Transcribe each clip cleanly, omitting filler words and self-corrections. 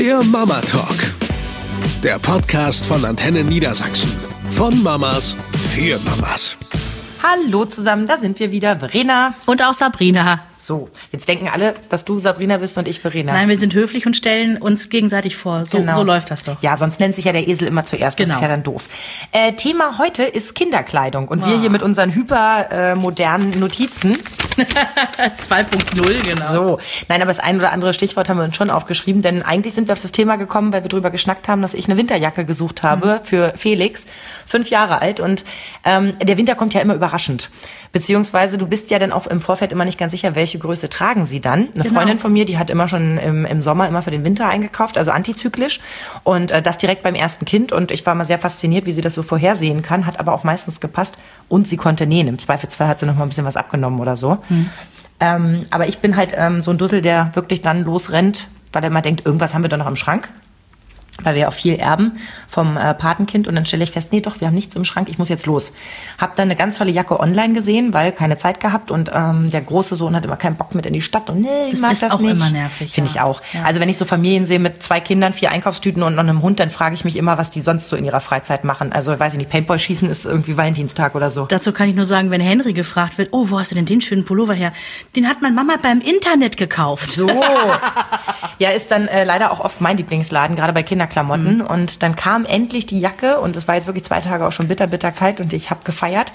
Der Mama Talk. Der Podcast von Antenne Niedersachsen. Von Mamas für Mamas. Hallo zusammen, da sind wir wieder, Verena und auch Sabrina. So, jetzt denken alle, dass du Sabrina bist und ich Verena. Nein, wir sind höflich und stellen uns gegenseitig vor. So, Genau. So läuft das doch. Ja, sonst nennt sich ja der Esel immer zuerst. Das Genau. ist ja dann doof. Thema heute ist Kinderkleidung. Und wir hier mit unseren hypermodernen Notizen. 2.0, genau. So, nein, aber das ein oder andere Stichwort haben wir uns schon aufgeschrieben. Denn eigentlich sind wir auf das Thema gekommen, weil wir drüber geschnackt haben, dass ich eine Winterjacke gesucht habe für Felix, 5 Jahre alt. Und der Winter kommt ja immer überraschend. Beziehungsweise du bist ja dann auch im Vorfeld immer nicht ganz sicher, welche Größe tragen sie dann. Eine Freundin von mir, die hat immer schon im Sommer immer für den Winter eingekauft, also antizyklisch. Und das direkt beim ersten Kind. Und ich war mal sehr fasziniert, wie sie das so vorhersehen kann. Hat aber auch meistens gepasst. Und sie konnte nähen. Im Zweifelsfall hat sie noch mal ein bisschen was abgenommen oder so. Aber ich bin halt so ein Dussel, der wirklich dann losrennt, weil er immer denkt, irgendwas haben wir doch noch im Schrank. Weil wir ja auch viel erben vom Patenkind. Und dann stelle ich fest, nee, doch, wir haben nichts im Schrank, ich muss jetzt los. Hab dann eine ganz tolle Jacke online gesehen, weil keine Zeit gehabt. Und der große Sohn hat immer keinen Bock mit in die Stadt. Und nee, ich mag das nicht. Das ist auch immer nervig. Finde ich auch. Ja. Also wenn ich so Familien sehe mit 2 Kindern, 4 Einkaufstüten und noch einem Hund, dann frage ich mich immer, was die sonst so in ihrer Freizeit machen. Also weiß ich nicht, Paintball schießen ist irgendwie Valentinstag oder so. Dazu kann ich nur sagen, wenn Henry gefragt wird, oh, wo hast du denn den schönen Pullover her? Den hat meine Mama beim Internet gekauft. So. Ja, ist dann leider auch oft mein Lieblingsladen, gerade bei Kinderklamotten. Und dann kam endlich die Jacke und es war jetzt wirklich 2 Tage auch schon bitter kalt und ich habe gefeiert,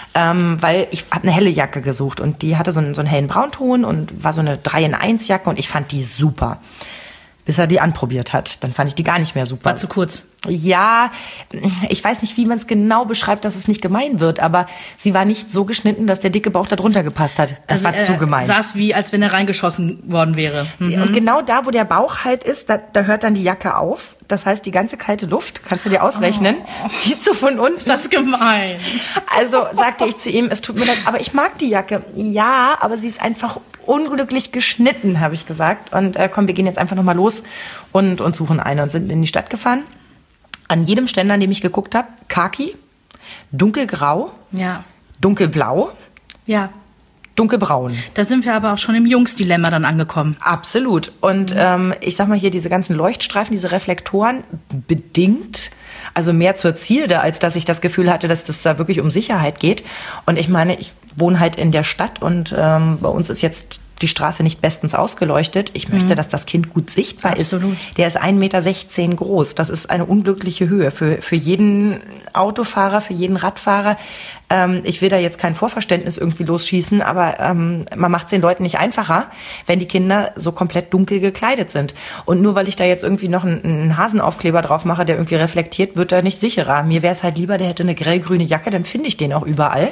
weil ich habe eine helle Jacke gesucht und die hatte so einen hellen Braunton und war so eine 3-in-1 Jacke und ich fand die super. Bis er die anprobiert hat. Dann fand ich die gar nicht mehr super. War zu kurz. Ja, ich weiß nicht, wie man es genau beschreibt, dass es nicht gemein wird, aber sie war nicht so geschnitten, dass der dicke Bauch da drunter gepasst hat. Das war zu gemein. Saß wie, als wenn er reingeschossen worden wäre. Und genau da, wo der Bauch halt ist, da hört dann die Jacke auf. Das heißt, die ganze kalte Luft, kannst du dir ausrechnen, zieht so von unten. Das ist gemein. Also sagte ich zu ihm, es tut mir leid, aber ich mag die Jacke. Ja, aber sie ist einfach unglücklich geschnitten, habe ich gesagt. Und komm, wir gehen jetzt einfach nochmal los und suchen eine und sind in die Stadt gefahren. An jedem Ständer, an dem ich geguckt habe, Khaki, dunkelgrau, Ja. dunkelblau, Ja. dunkelbraun. Da sind wir aber auch schon im Jungsdilemma dann angekommen. Absolut. Und ich sag mal hier, diese ganzen Leuchtstreifen, diese Reflektoren, bedingt, also mehr zur Zierde, als dass ich das Gefühl hatte, dass das da wirklich um Sicherheit geht. Und ich meine, ich wohne halt in der Stadt und bei uns ist jetzt die Straße nicht bestens ausgeleuchtet. Ich möchte, dass das Kind gut sichtbar Absolut. ist. Der ist 1,16 Meter groß. Das ist eine unglückliche Höhe für jeden Autofahrer, für jeden Radfahrer. Ich will da jetzt kein Vorverständnis irgendwie losschießen, aber man macht es den Leuten nicht einfacher, wenn die Kinder so komplett dunkel gekleidet sind. Und nur weil ich da jetzt irgendwie noch einen Hasenaufkleber drauf mache, der irgendwie reflektiert, wird er nicht sicherer. Mir wäre es halt lieber, der hätte eine grellgrüne Jacke, dann finde ich den auch überall.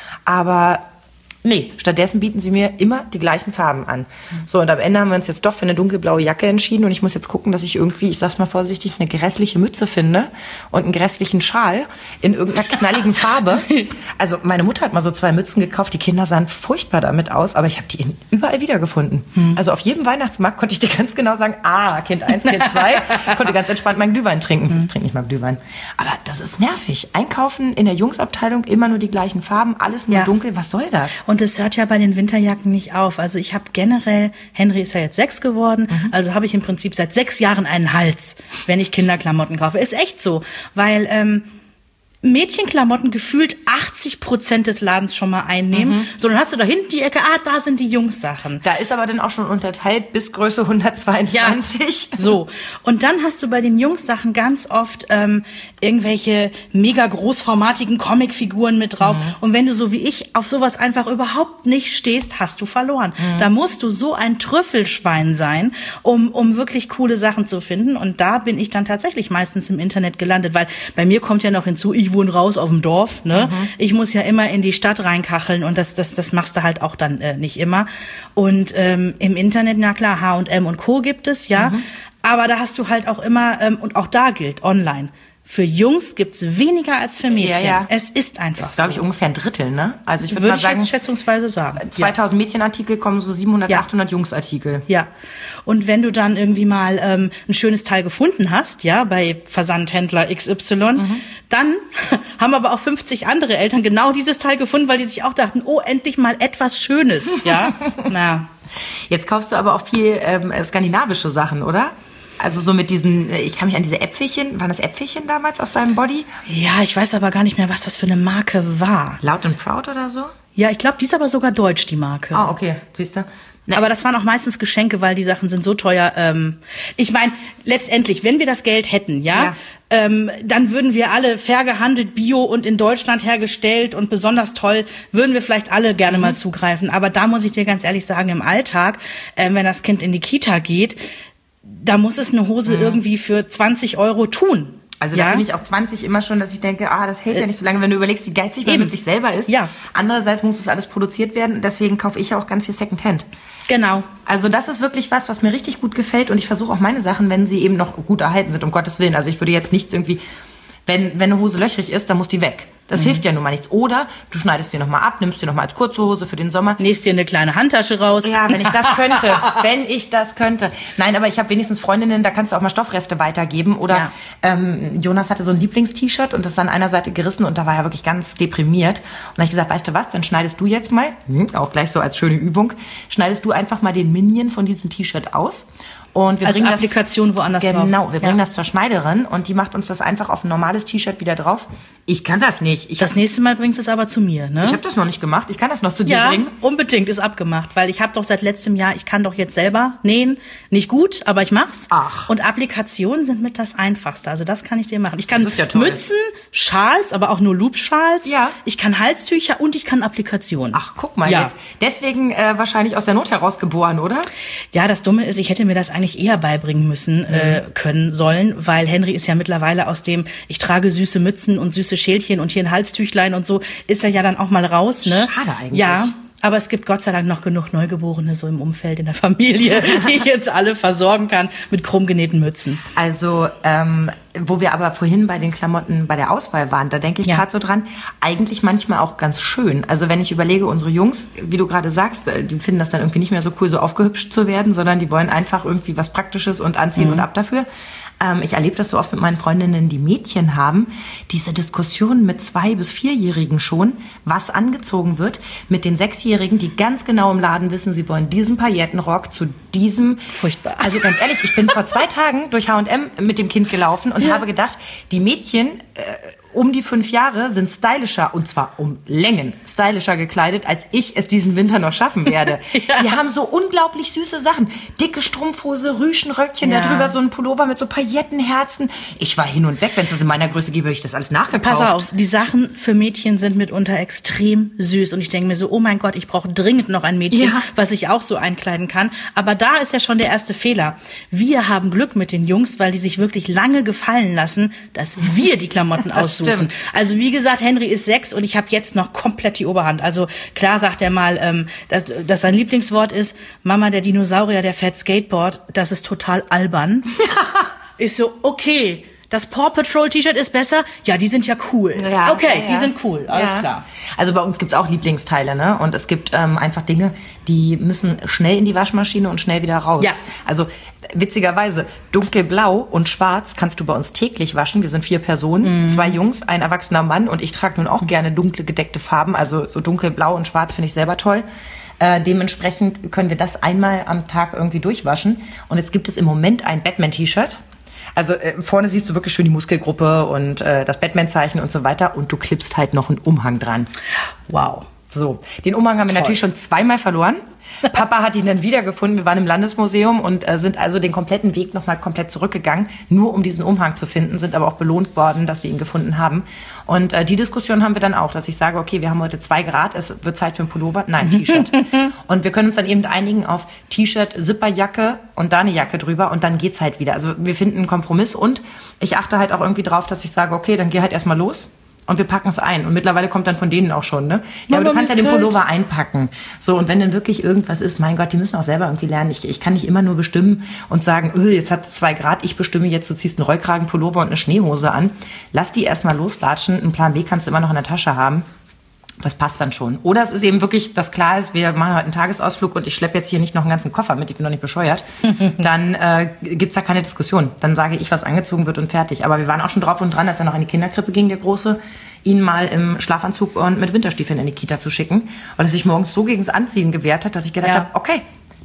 Aber nee, stattdessen bieten sie mir immer die gleichen Farben an. So, und am Ende haben wir uns jetzt doch für eine dunkelblaue Jacke entschieden und ich muss jetzt gucken, dass ich irgendwie, ich sag's mal vorsichtig, eine grässliche Mütze finde und einen grässlichen Schal in irgendeiner knalligen Farbe. Also meine Mutter hat mal so 2 Mützen gekauft, die Kinder sahen furchtbar damit aus, aber ich habe die überall wiedergefunden. Also auf jedem Weihnachtsmarkt konnte ich dir ganz genau sagen, Kind 1, Kind 2, konnte ganz entspannt meinen Glühwein trinken. Ich trinke nicht mal Glühwein. Aber das ist nervig. Einkaufen in der Jungsabteilung, immer nur die gleichen Farben, alles nur dunkel, was soll das? Und es hört ja bei den Winterjacken nicht auf. Also ich habe generell, Henry ist ja jetzt 6 geworden, also habe ich im Prinzip seit 6 Jahren einen Hals, wenn ich Kinderklamotten kaufe. Ist echt so, weil Mädchenklamotten gefühlt 80% des Ladens schon mal einnehmen. So, dann hast du da hinten die Ecke, da sind die Jungs-Sachen. Da ist aber dann auch schon unterteilt bis Größe 122. Ja, so. Und dann hast du bei den Jungs-Sachen ganz oft irgendwelche mega großformatigen Comicfiguren mit drauf. Und wenn du so wie ich auf sowas einfach überhaupt nicht stehst, hast du verloren. Da musst du so ein Trüffelschwein sein, um wirklich coole Sachen zu finden. Und da bin ich dann tatsächlich meistens im Internet gelandet, weil bei mir kommt ja noch hinzu, ich wohne raus auf dem Dorf, ne? Ich muss ja immer in die Stadt reinkacheln und das machst du halt auch dann nicht immer. Und im Internet, na klar, H&M und Co. gibt es, ja. Aber da hast du halt auch immer, und auch da gilt, online. Für Jungs gibt's weniger als für Mädchen. Ja. Es ist einfach das ist, glaube ich, ungefähr ein Drittel, ne? Also ich würde mal sagen, schätzungsweise sagen. 2000 Mädchenartikel kommen so 700, 800 Jungsartikel. Ja. Und wenn du dann irgendwie mal ein schönes Teil gefunden hast, ja, bei Versandhändler XY, dann haben aber auch 50 andere Eltern genau dieses Teil gefunden, weil die sich auch dachten, oh, endlich mal etwas Schönes, ja. Na. Jetzt kaufst du aber auch viel skandinavische Sachen, oder? Also so mit diesen, ich kann mich an diese Äpfelchen, waren das Äpfelchen damals aus seinem Body? Ja, ich weiß aber gar nicht mehr, was das für eine Marke war. Loud and Proud oder so? Ja, ich glaube, die ist aber sogar deutsch, die Marke. Ah, okay, siehst du? Aber das waren auch meistens Geschenke, weil die Sachen sind so teuer. Ich meine, letztendlich, wenn wir das Geld hätten, dann würden wir alle fair gehandelt, bio und in Deutschland hergestellt und besonders toll, würden wir vielleicht alle gerne mal zugreifen. Aber da muss ich dir ganz ehrlich sagen, im Alltag, wenn das Kind in die Kita geht, da muss es eine Hose irgendwie für 20 € tun. Also da finde ich auch 20 immer schon, dass ich denke, das hält ja nicht so lange, wenn du überlegst, wie geizig man mit sich selber ist. Ja. Andererseits muss das alles produziert werden, deswegen kaufe ich ja auch ganz viel Secondhand. Genau. Also das ist wirklich was mir richtig gut gefällt und ich versuche auch meine Sachen, wenn sie eben noch gut erhalten sind, um Gottes Willen. Also ich würde jetzt nicht irgendwie, wenn eine Hose löchrig ist, dann muss die weg. Das hilft ja nun mal nichts. Oder du schneidest sie nochmal ab, nimmst sie nochmal als kurze Hose für den Sommer. Nähst dir eine kleine Handtasche raus. Ja, wenn ich das könnte. Nein, aber ich habe wenigstens Freundinnen, da kannst du auch mal Stoffreste weitergeben. Oder Jonas hatte so ein Lieblings-T-Shirt und das ist an einer Seite gerissen und da war er wirklich ganz deprimiert. Und da habe ich gesagt, weißt du was, dann schneidest du jetzt mal, auch gleich so als schöne Übung, schneidest du einfach mal den Minion von diesem T-Shirt aus. Und wir als bringen Applikation woanders drauf. Genau, wir bringen das zur Schneiderin und die macht uns das einfach auf ein normales T-Shirt wieder drauf. Ich kann das nicht. Das nächste Mal bringst du es aber zu mir, ne? Ich habe das noch nicht gemacht. Ich kann das noch zu dir bringen. Ja, unbedingt, ist abgemacht. Weil ich habe doch seit letztem Jahr, ich kann doch jetzt selber nähen. Nicht gut, aber ich mach's. Ach. Und Applikationen sind mit das Einfachste. Also das kann ich dir machen. Ich kann Das ist ja toll. Mützen, Schals, aber auch nur Loop-Schals. Ja. Ich kann Halstücher und ich kann Applikationen. Ach, guck mal Ja. jetzt. Deswegen wahrscheinlich aus der Not heraus geboren, oder? Ja, das Dumme ist, ich hätte mir das eigentlich eher beibringen müssen, können sollen, weil Henry ist ja mittlerweile aus dem, ich trage süße Mützen und süße Schälchen und hier ein Halstüchlein und so, ist er ja dann auch mal raus, ne? Schade eigentlich. Ja. Aber es gibt Gott sei Dank noch genug Neugeborene so im Umfeld, in der Familie, die ich jetzt alle versorgen kann mit krumm genähten Mützen. Also, wo wir aber vorhin bei den Klamotten bei der Auswahl waren, da denke ich gerade so dran, eigentlich manchmal auch ganz schön. Also wenn ich überlege, unsere Jungs, wie du gerade sagst, die finden das dann irgendwie nicht mehr so cool, so aufgehübscht zu werden, sondern die wollen einfach irgendwie was Praktisches und anziehen und ab dafür. Ich erlebe das so oft mit meinen Freundinnen, die Mädchen haben, diese Diskussionen mit 2- bis 4-Jährigen schon, was angezogen wird, mit den 6-Jährigen, die ganz genau im Laden wissen, sie wollen diesen Paillettenrock zu diesem. Furchtbar. Also ganz ehrlich, ich bin vor 2 Tagen durch H&M mit dem Kind gelaufen und habe gedacht, die Mädchen um die 5 Jahre sind stylischer, und zwar um Längen stylischer gekleidet, als ich es diesen Winter noch schaffen werde. Die haben so unglaublich süße Sachen. Dicke Strumpfhose, Rüschenröckchen, darüber so ein Pullover mit so Paillettenherzen. Ich war hin und weg, wenn es das in meiner Größe gäbe, hätte ich das alles nachgekauft. Pass auf, die Sachen für Mädchen sind mitunter extrem süß. Und ich denke mir so, oh mein Gott, ich brauche dringend noch ein Mädchen, was ich auch so einkleiden kann. Aber da ist ja schon der erste Fehler. Wir haben Glück mit den Jungs, weil die sich wirklich lange gefallen lassen, dass wir die Klamotten aussuchen. Stimmt. Also wie gesagt, Henry ist 6 und ich habe jetzt noch komplett die Oberhand. Also klar sagt er mal, dass sein Lieblingswort ist, Mama, der Dinosaurier, der fährt Skateboard, das ist total albern. Ist so, okay, das Paw Patrol T-Shirt ist besser? Ja, die sind ja cool. Ja, okay, die sind cool, alles klar. Also bei uns gibt's auch Lieblingsteile, ne? Und es gibt einfach Dinge, die müssen schnell in die Waschmaschine und schnell wieder raus. Ja. Also witzigerweise, dunkelblau und schwarz kannst du bei uns täglich waschen. Wir sind 4 Personen, 2 Jungs, ein erwachsener Mann und ich trage nun auch gerne dunkle, gedeckte Farben. Also so dunkelblau und schwarz finde ich selber toll. Dementsprechend können wir das einmal am Tag irgendwie durchwaschen. Und jetzt gibt es im Moment ein Batman-T-Shirt. Also vorne siehst du wirklich schön die Muskelgruppe und das Batman-Zeichen und so weiter. Und du klippst halt noch einen Umhang dran. Wow. So, den Umhang haben wir natürlich schon 2-mal verloren. Papa hat ihn dann wiedergefunden. Wir waren im Landesmuseum und sind also den kompletten Weg nochmal komplett zurückgegangen, nur um diesen Umhang zu finden, sind aber auch belohnt worden, dass wir ihn gefunden haben. Und die Diskussion haben wir dann auch, dass ich sage, okay, wir haben heute 2 Grad, es wird Zeit für ein Pullover, nein, T-Shirt. Und wir können uns dann eben einigen auf T-Shirt, Zipperjacke und da eine Jacke drüber und dann geht's halt wieder. Also wir finden einen Kompromiss und ich achte halt auch irgendwie drauf, dass ich sage, okay, dann geh halt erstmal los. Und wir packen es ein. Und mittlerweile kommt dann von denen auch schon, ne? Ja, aber du kannst ja den Pullover einpacken. So, und wenn dann wirklich irgendwas ist, mein Gott, die müssen auch selber irgendwie lernen. Ich kann nicht immer nur bestimmen und sagen, jetzt hat es 2 Grad, ich bestimme jetzt, du ziehst einen Rollkragenpullover und eine Schneehose an. Lass die erstmal loslatschen. Einen Plan B kannst du immer noch in der Tasche haben. Das passt dann schon. Oder es ist eben wirklich, dass klar ist, wir machen heute einen Tagesausflug und ich schleppe jetzt hier nicht noch einen ganzen Koffer mit, ich bin noch nicht bescheuert. Dann gibt's da keine Diskussion. Dann sage ich, was angezogen wird und fertig. Aber wir waren auch schon drauf und dran, als er noch in die Kinderkrippe ging, der Große, ihn mal im Schlafanzug und mit Winterstiefeln in die Kita zu schicken, weil er sich morgens so gegens Anziehen gewehrt hat, dass ich gedacht habe, okay,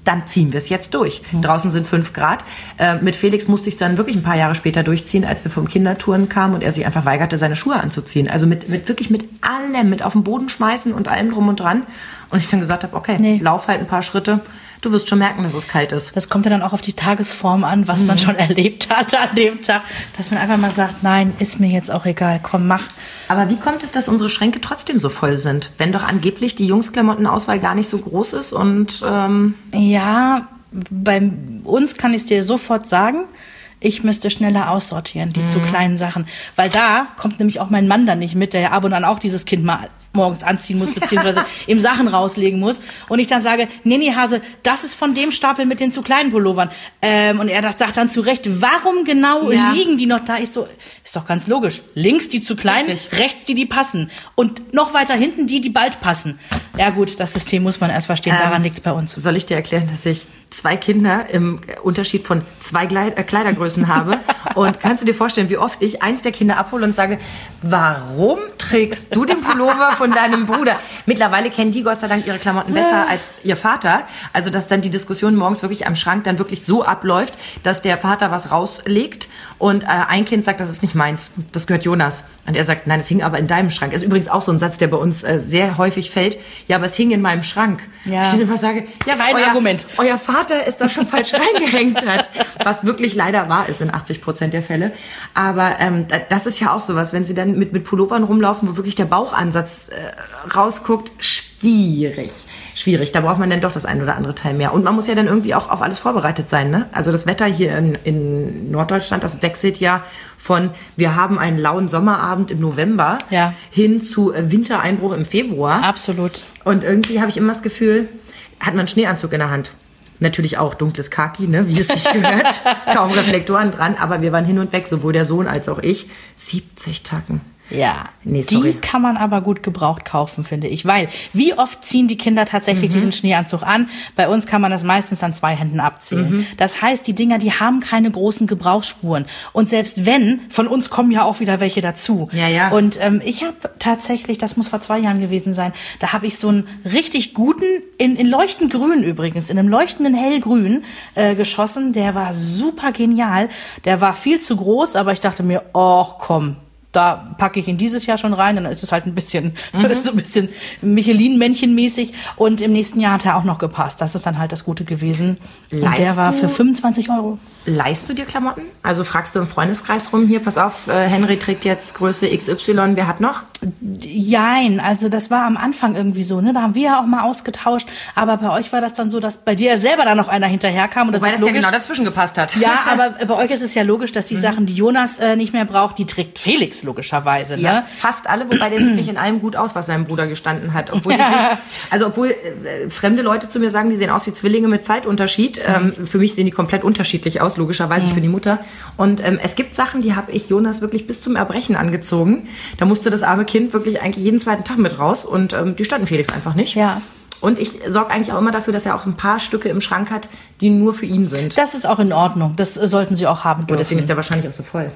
dann ziehen wir es jetzt durch. Draußen sind 5 Grad. Mit Felix musste ich es dann wirklich ein paar Jahre später durchziehen, als wir vom Kindertouren kamen und er sich einfach weigerte, seine Schuhe anzuziehen. Also wirklich mit allem, mit auf den Boden schmeißen und allem drum und dran. Und ich dann gesagt habe, okay, lauf halt ein paar Schritte. Du wirst schon merken, dass es kalt ist. Das kommt ja dann auch auf die Tagesform an, was man schon erlebt hat an dem Tag. Dass man einfach mal sagt, nein, ist mir jetzt auch egal, komm, mach. Aber wie kommt es, dass unsere Schränke trotzdem so voll sind? Wenn doch angeblich die Jungsklamottenauswahl gar nicht so groß ist und... Ja, bei uns kann ich es dir sofort sagen, ich müsste schneller aussortieren, die zu kleinen Sachen. Weil da kommt nämlich auch mein Mann dann nicht mit, der ja ab und an auch dieses Kind mal morgens anziehen muss, beziehungsweise ihm Sachen rauslegen muss. Und ich dann sage, nee, Hase, das ist von dem Stapel mit den zu kleinen Pullovern. Und er sagt dann zu Recht, warum genau liegen die noch da? Ich so, ist doch ganz logisch. Links die zu kleinen, rechts die passen. Und noch weiter hinten die bald passen. Ja gut, das System muss man erst verstehen, daran liegt's bei uns. Soll ich dir erklären, dass ich 2 Kinder im Unterschied von 2 Kleidergrößen habe? Und kannst du dir vorstellen, wie oft ich eins der Kinder abhole und sage, warum trägst du den Pullover von deinem Bruder? Mittlerweile kennen die Gott sei Dank ihre Klamotten besser als ihr Vater. Also, dass dann die Diskussion morgens wirklich am Schrank dann wirklich so abläuft, dass der Vater was rauslegt und ein Kind sagt, das ist nicht meins, das gehört Jonas. Und er sagt, nein, es hing aber in deinem Schrank. Das ist übrigens auch so ein Satz, der bei uns sehr häufig fällt. Ja, aber es hing in meinem Schrank. Ja. Ich dann immer sage, ja, kein Argument. Euer Vater ist da schon falsch reingehängt hat. Was wirklich leider wahr ist in 80% der Fälle. Aber das ist ja auch sowas, wenn sie dann mit Pullovern rumlaufen, wo wirklich der Bauchansatz rausguckt, schwierig. Da braucht man dann doch das ein oder andere Teil mehr. Und man muss ja dann irgendwie auch auf alles vorbereitet sein, ne? Also das Wetter hier in Norddeutschland, das wechselt ja von, wir haben einen lauen Sommerabend im November hin zu Wintereinbruch im Februar. Absolut. Und irgendwie habe ich immer das Gefühl, hat man einen Schneeanzug in der Hand. Natürlich auch dunkles Khaki, ne, wie es sich gehört. Kaum Reflektoren dran, aber wir waren hin und weg, sowohl der Sohn als auch ich. 70 Tacken. Ja, die kann man aber gut gebraucht kaufen, finde ich. Weil, wie oft ziehen die Kinder tatsächlich diesen Schneeanzug an? Bei uns kann man das meistens an 2 Händen abzählen. Das heißt, die Dinger, die haben keine großen Gebrauchsspuren. Und selbst wenn, von uns kommen ja auch wieder welche dazu. Ja. Und ich habe tatsächlich, das muss vor 2 Jahren gewesen sein, da habe ich so einen richtig guten, in leuchtend grün übrigens, in einem leuchtenden hellgrün geschossen. Der war super genial. Der war viel zu groß, aber ich dachte mir, oh komm, da packe ich ihn dieses Jahr schon rein, dann ist es halt ein bisschen, so ein bisschen Michelin-Männchen-mäßig. Und im nächsten Jahr hat er auch noch gepasst. Das ist dann halt das Gute gewesen. Und der war für 25 €. Leihst du dir Klamotten? Also fragst du im Freundeskreis rum, hier, pass auf, Henry trägt jetzt Größe XY, wer hat noch? Jein, also das war am Anfang irgendwie so, ne? Da haben wir ja auch mal ausgetauscht. Aber bei euch war das dann so, dass bei dir selber da noch einer hinterherkam. Und das Wobei ist das logisch. Ja genau dazwischen gepasst hat. Ja, aber bei euch ist es ja logisch, dass die Sachen, die Jonas nicht mehr braucht, die trägt Felix logischerweise. Ne? Ja, fast alle, wobei der sieht nicht in allem gut aus, was seinem Bruder gestanden hat. Obwohl fremde Leute zu mir sagen, die sehen aus wie Zwillinge mit Zeitunterschied. Für mich sehen die komplett unterschiedlich aus, logischerweise. Ich bin die Mutter. Und es gibt Sachen, die habe ich Jonas wirklich bis zum Erbrechen angezogen. Da musste das arme Kind wirklich eigentlich jeden zweiten Tag mit raus und die standen Felix einfach nicht. Ja. Und ich sorge eigentlich auch immer dafür, dass er auch ein paar Stücke im Schrank hat, die nur für ihn sind. Das ist auch in Ordnung. Das sollten sie auch haben dürfen. Und deswegen ist der wahrscheinlich auch so voll.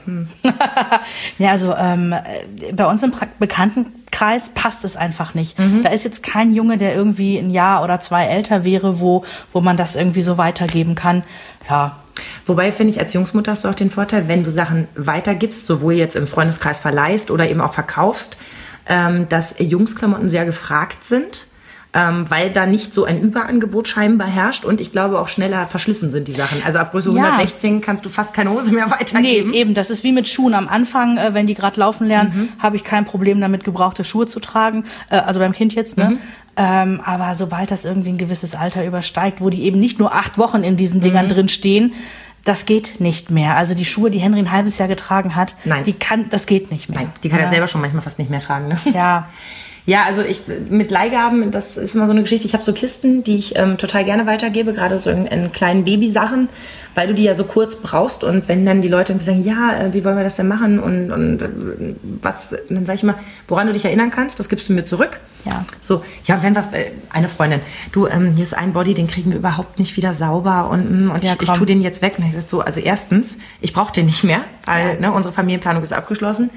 Ja, also bei uns im Bekanntenkreis passt es einfach nicht. Da ist jetzt kein Junge, der irgendwie 1 Jahr oder 2 älter wäre, wo man das irgendwie so weitergeben kann. Ja. Wobei, finde ich, als Jungsmutter hast du auch den Vorteil, wenn du Sachen weitergibst, sowohl jetzt im Freundeskreis verleihst oder eben auch verkaufst, dass Jungsklamotten sehr gefragt sind. Weil da nicht so ein Überangebot scheinbar herrscht und ich glaube auch schneller verschlissen sind die Sachen. Also ab Größe 116 kannst du fast keine Hose mehr weitergeben. Nee, eben, das ist wie mit Schuhen. Am Anfang, wenn die gerade laufen lernen, habe ich kein Problem damit, gebrauchte Schuhe zu tragen. Also beim Kind jetzt, ne? Aber sobald das irgendwie ein gewisses Alter übersteigt, wo die eben nicht nur 8 Wochen in diesen Dingern drin stehen, das geht nicht mehr. Also die Schuhe, die Henry ein halbes Jahr getragen hat, das geht nicht mehr. Nein, die kann er selber schon manchmal fast nicht mehr tragen. Ne? Ja. Ja, also mit Leihgaben, das ist immer so eine Geschichte. Ich habe so Kisten, die ich total gerne weitergebe, gerade so in kleinen Babysachen, weil du die ja so kurz brauchst. Und wenn dann die Leute sagen, ja, wie wollen wir das denn machen und was, dann sage ich immer, woran du dich erinnern kannst, das gibst du mir zurück. Ja. So, ja, wenn was, eine Freundin, du, hier ist ein Body, den kriegen wir überhaupt nicht wieder sauber und ja, ich tue den jetzt weg. Und ich sage so, also erstens, ich brauche den nicht mehr, weil unsere Familienplanung ist abgeschlossen.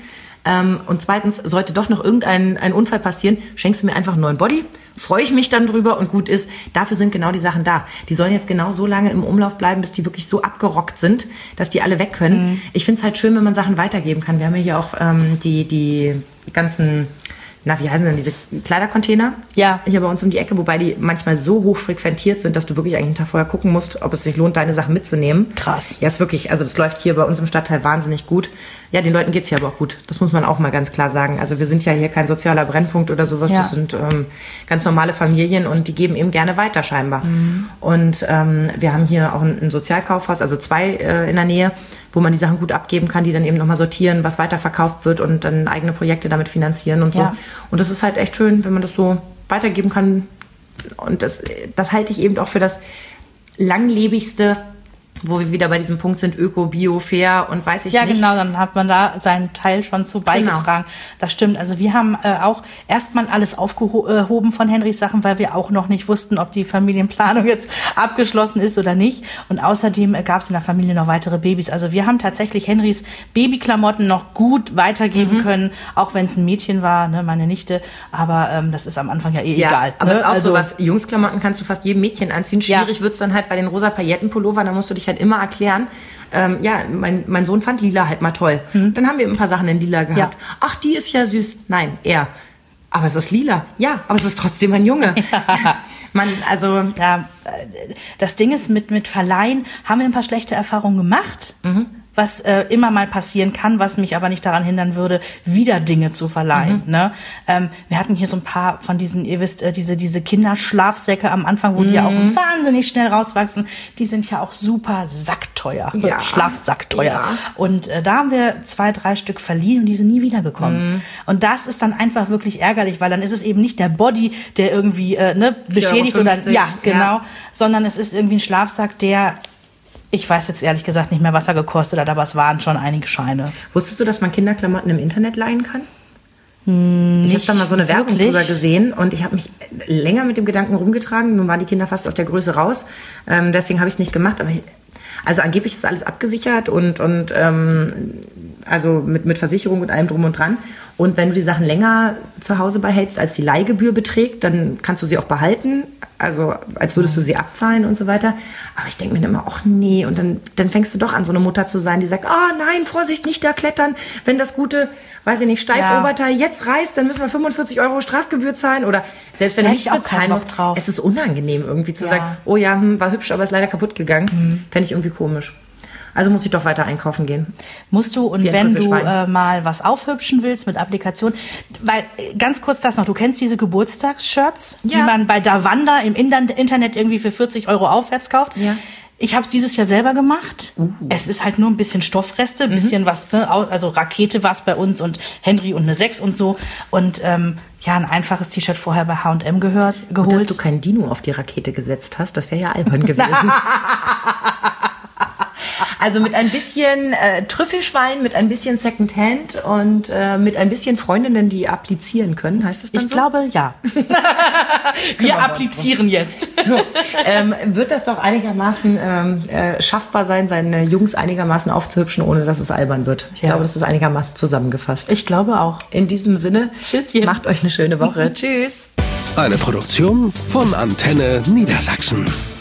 Und zweitens, sollte doch noch ein Unfall passieren, schenkst du mir einfach einen neuen Body, freue ich mich dann drüber und gut ist. Dafür sind genau die Sachen da. Die sollen jetzt genau so lange im Umlauf bleiben, bis die wirklich so abgerockt sind, dass die alle weg können. Ich finde es halt schön, wenn man Sachen weitergeben kann. Wir haben ja hier auch die ganzen... wie heißen denn diese Kleidercontainer? Ja. Hier bei uns um die Ecke, wobei die manchmal so hoch frequentiert sind, dass du wirklich eigentlich einen Tag vorher gucken musst, ob es sich lohnt, deine Sachen mitzunehmen. Krass. Ja, ist wirklich, also das läuft hier bei uns im Stadtteil wahnsinnig gut. Ja, den Leuten geht's hier aber auch gut. Das muss man auch mal ganz klar sagen. Also wir sind ja hier kein sozialer Brennpunkt oder sowas. Ja. Das sind ganz normale Familien und die geben eben gerne weiter scheinbar. Und wir haben hier auch ein Sozialkaufhaus, also 2 in der Nähe, wo man die Sachen gut abgeben kann, die dann eben nochmal sortieren, was weiterverkauft wird und dann eigene Projekte damit finanzieren und so. Ja. Und das ist halt echt schön, wenn man das so weitergeben kann. Und das halte ich eben auch für das langlebigste, wo wir wieder bei diesem Punkt sind, Öko, Bio, Fair und weiß ich nicht. Ja, genau, dann hat man da seinen Teil schon zu beigetragen. Genau. Das stimmt. Also wir haben auch erstmal alles aufgehoben von Henrys Sachen, weil wir auch noch nicht wussten, ob die Familienplanung jetzt abgeschlossen ist oder nicht. Und außerdem gab es in der Familie noch weitere Babys. Also wir haben tatsächlich Henrys Babyklamotten noch gut weitergeben können, auch wenn es ein Mädchen war, ne, meine Nichte. Aber das ist am Anfang ja egal. Aber ne? ist auch so was, Jungsklamotten kannst du fast jedem Mädchen anziehen. Schwierig wird's dann halt bei den rosa Paillettenpullovern, da musst du dich halt immer erklären, mein Sohn fand Lila halt mal toll. Dann haben wir ein paar Sachen in Lila gehabt. Ja. Ach, die ist ja süß. Nein, er. Aber es ist lila. Ja, aber es ist trotzdem ein Junge. Ja. Das Ding ist, mit Verleihen haben wir ein paar schlechte Erfahrungen gemacht. Was immer mal passieren kann, was mich aber nicht daran hindern würde, wieder Dinge zu verleihen. Ne? Wir hatten hier so ein paar von diesen, ihr wisst, diese Kinderschlafsäcke am Anfang, wo die ja auch wahnsinnig schnell rauswachsen. Die sind ja auch super sackteuer, Schlafsackteuer. Ja. Und da haben wir 2, 3 Stück verliehen und die sind nie wiedergekommen. Und das ist dann einfach wirklich ärgerlich, weil dann ist es eben nicht der Body, der irgendwie beschädigt oder sondern es ist irgendwie ein Schlafsack, der... Ich weiß jetzt ehrlich gesagt nicht mehr, was er gekostet hat, aber es waren schon einige Scheine. Wusstest du, dass man Kinderklamotten im Internet leihen kann? Ich habe da mal so eine Werbung drüber gesehen und ich habe mich länger mit dem Gedanken rumgetragen. Nun waren die Kinder fast aus der Größe raus, deswegen habe ich es nicht gemacht. Aber also angeblich ist alles abgesichert und also mit Versicherung und allem drum und dran. Und wenn du die Sachen länger zu Hause behältst, als die Leihgebühr beträgt, dann kannst du sie auch behalten. Also als würdest du sie abzahlen und so weiter. Aber ich denke mir immer, ach nee. Und dann fängst du doch an, so eine Mutter zu sein, die sagt, nein, Vorsicht, nicht da klettern. Wenn das gute, weiß ich nicht, Steifoberteil jetzt reißt, dann müssen wir 45 € Strafgebühr zahlen. Oder selbst wenn du nicht bezahlen musst, es ist unangenehm irgendwie zu sagen, oh ja, war hübsch, aber ist leider kaputt gegangen. Fände ich irgendwie komisch. Also muss ich doch weiter einkaufen gehen. Musst du, und wenn du mal was aufhübschen willst mit Applikationen, weil, ganz kurz das noch, du kennst diese Geburtstagsshirts, die man bei Davanda im Internet irgendwie für 40 € aufwärts kauft? Ja. Ich habe es dieses Jahr selber gemacht. Es ist halt nur ein bisschen Stoffreste, ein bisschen was, ne? Also Rakete war es bei uns und Henry und eine 6 und so. Und ein einfaches T-Shirt vorher bei H&M geholt. Gut, dass du kein Dino auf die Rakete gesetzt hast, das wäre ja albern gewesen. Also mit ein bisschen Trüffelschwein, mit ein bisschen Secondhand und mit ein bisschen Freundinnen, die applizieren können, heißt das dann so? Ich glaube, ja. Wir applizieren jetzt. So, wird das doch einigermaßen schaffbar sein, seine Jungs einigermaßen aufzuhübschen, ohne dass es albern wird. Ich glaube, das ist einigermaßen zusammengefasst. Ich glaube auch. In diesem Sinne, Tschüsschen. Macht euch eine schöne Woche. Tschüss. Eine Produktion von Antenne Niedersachsen.